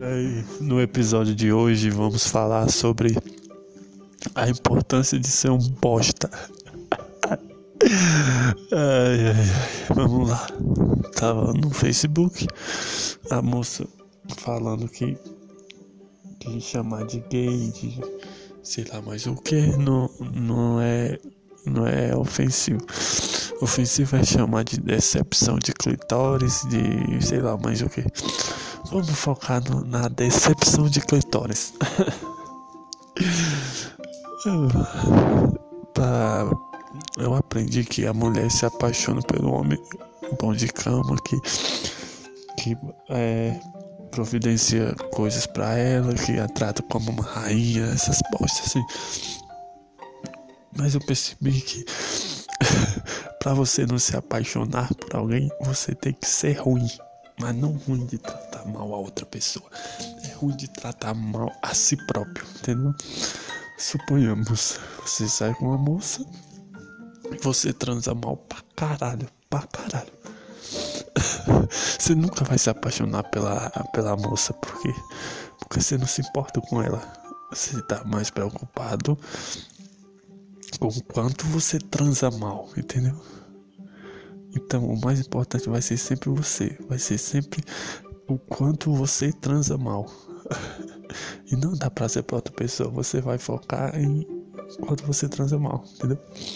No episódio de hoje vamos falar sobre a importância de ser um bosta. Vamos lá. Tava no Facebook a moça falando que chamar de gay, de sei lá mais o que, não é ofensivo. Ofensivo é chamar de decepção de clitóris, de sei lá mais o que. Vamos focar na decepção de clitóris. Eu aprendi que a mulher se apaixona pelo homem bom de cama, que providencia coisas pra ela, que a trata como uma rainha, essas postas assim. Mas eu percebi que pra você não se apaixonar por alguém, você tem que ser ruim. Mas não ruim de tratar mal a outra pessoa. É ruim de tratar mal a si próprio, entendeu? Suponhamos, você sai com uma moça e você transa mal pra caralho. Você nunca vai se apaixonar pela moça, porque você não se importa com ela. Você tá mais preocupado com o quanto você transa mal, entendeu? Então o mais importante vai ser sempre você. Vai ser sempre o quanto você transa mal. E não dá prazer pra outra pessoa. Você vai focar em quanto você transa mal, entendeu?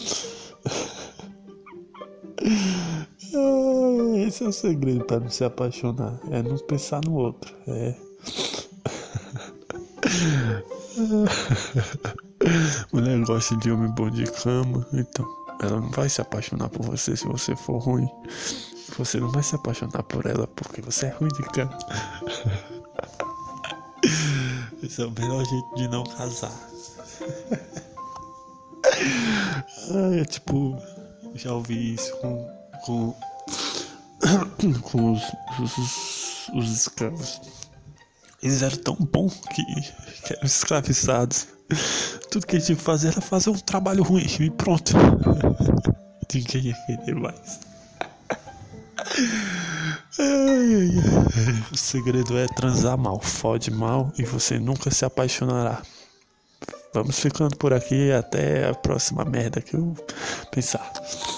Esse é o segredo pra não se apaixonar. É não pensar no outro. Mulher gosta de homem bom de cama, então ela não vai se apaixonar por você se você for ruim. Você não vai se apaixonar por ela porque você é ruim de cama. Esse é o melhor jeito de não casar. Já ouvi isso com os escravos. Eles eram tão bons que eram escravizados. Tudo que eles tinham que fazer era fazer um trabalho ruim e pronto. Ninguém ia querer mais. O segredo é transar mal, fode mal e você nunca se apaixonará. Vamos ficando por aqui até a próxima merda que eu pensar.